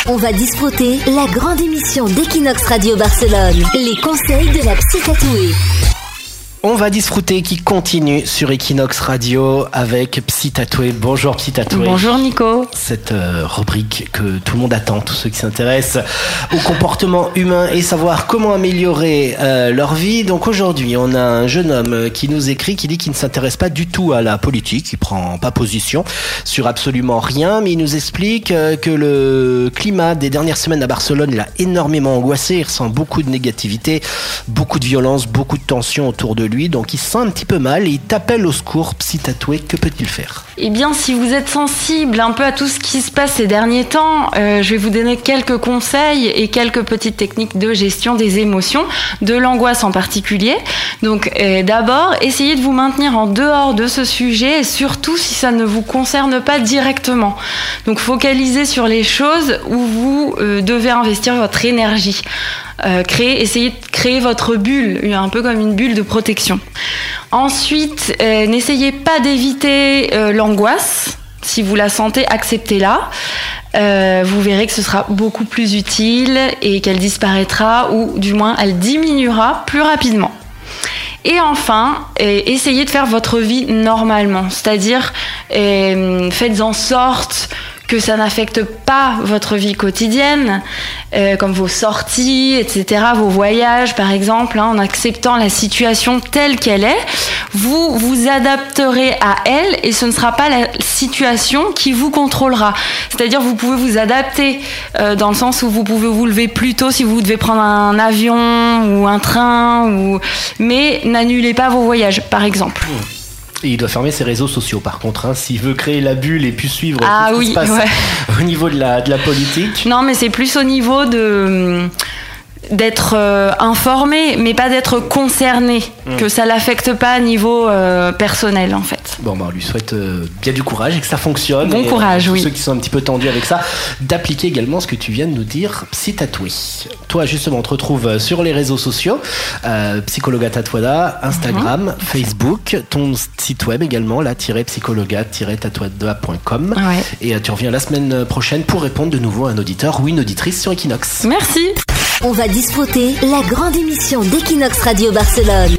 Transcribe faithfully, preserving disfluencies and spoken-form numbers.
On va disputer la grande émission d'Equinox Radio Barcelone. Les conseils de la psy tatouée. On va disfruter qui continue sur Equinox Radio avec Psy Tatoué. Bonjour Psy Tatoué. Bonjour Nico. Cette euh, rubrique que tout le monde attend, tous ceux qui s'intéressent au comportement humain et savoir comment améliorer euh, leur vie. Donc aujourd'hui, on a un jeune homme qui nous écrit, qui dit qu'il ne s'intéresse pas du tout à la politique, il prend pas position sur absolument rien, mais il nous explique euh, que le climat des dernières semaines à Barcelone l'a énormément angoissé, il ressent beaucoup de négativité, beaucoup de violence, beaucoup de tension autour de lui, donc il se sent un petit peu mal et il t'appelle au secours. Psy Tatoué, que peut-il faire ? Eh bien, si vous êtes sensible un peu à tout ce qui se passe ces derniers temps, euh, je vais vous donner quelques conseils et quelques petites techniques de gestion des émotions, de l'angoisse en particulier. Donc, euh, d'abord, essayez de vous maintenir en dehors de ce sujet, et surtout si ça ne vous concerne pas directement. Donc, focalisez sur les choses où vous euh, devez investir votre énergie. Euh, créer, essayez de créer votre bulle, un peu comme une bulle de protection. Ensuite, euh, n'essayez pas d'éviter euh, l'angoisse. Si vous la sentez, acceptez-la. Euh, vous verrez que ce sera beaucoup plus utile et qu'elle disparaîtra, ou du moins elle diminuera plus rapidement. Et enfin, euh, essayez de faire votre vie normalement, c'est-à-dire euh, faites en sorte que ça n'affecte pas votre vie quotidienne, euh, comme vos sorties, et cetera, vos voyages par exemple, hein, en acceptant la situation telle qu'elle est, vous vous adapterez à elle et ce ne sera pas la situation qui vous contrôlera. C'est-à-dire vous pouvez vous adapter euh, dans le sens où vous pouvez vous lever plus tôt si vous devez prendre un avion ou un train, ou... mais n'annulez pas vos voyages par exemple. Et il doit fermer ses réseaux sociaux par contre, hein, s'il veut créer la bulle et puis suivre ah, tout ce oui, qui se passe ouais. au niveau de la, de la politique. Non, mais c'est plus au niveau de... d'être euh, informé, mais pas d'être concerné, mmh. que ça l'affecte pas à niveau euh, personnel en fait. Bon, bah, on lui souhaite euh, bien du courage et que ça fonctionne. Bon et, courage, euh, oui. Ceux qui sont un petit peu tendus avec ça, d'appliquer également ce que tu viens de nous dire, Psy Tatoué. Toi, justement, on te retrouve sur les réseaux sociaux, euh, Psychologa Tatuada, Instagram, mmh. Facebook, ton site web également, là, psychologa tatuada point com. Ouais. Et euh, tu reviens la semaine prochaine pour répondre de nouveau à un auditeur ou une auditrice sur Equinox. Merci. On va disputer la grande émission d'Equinox Radio Barcelone.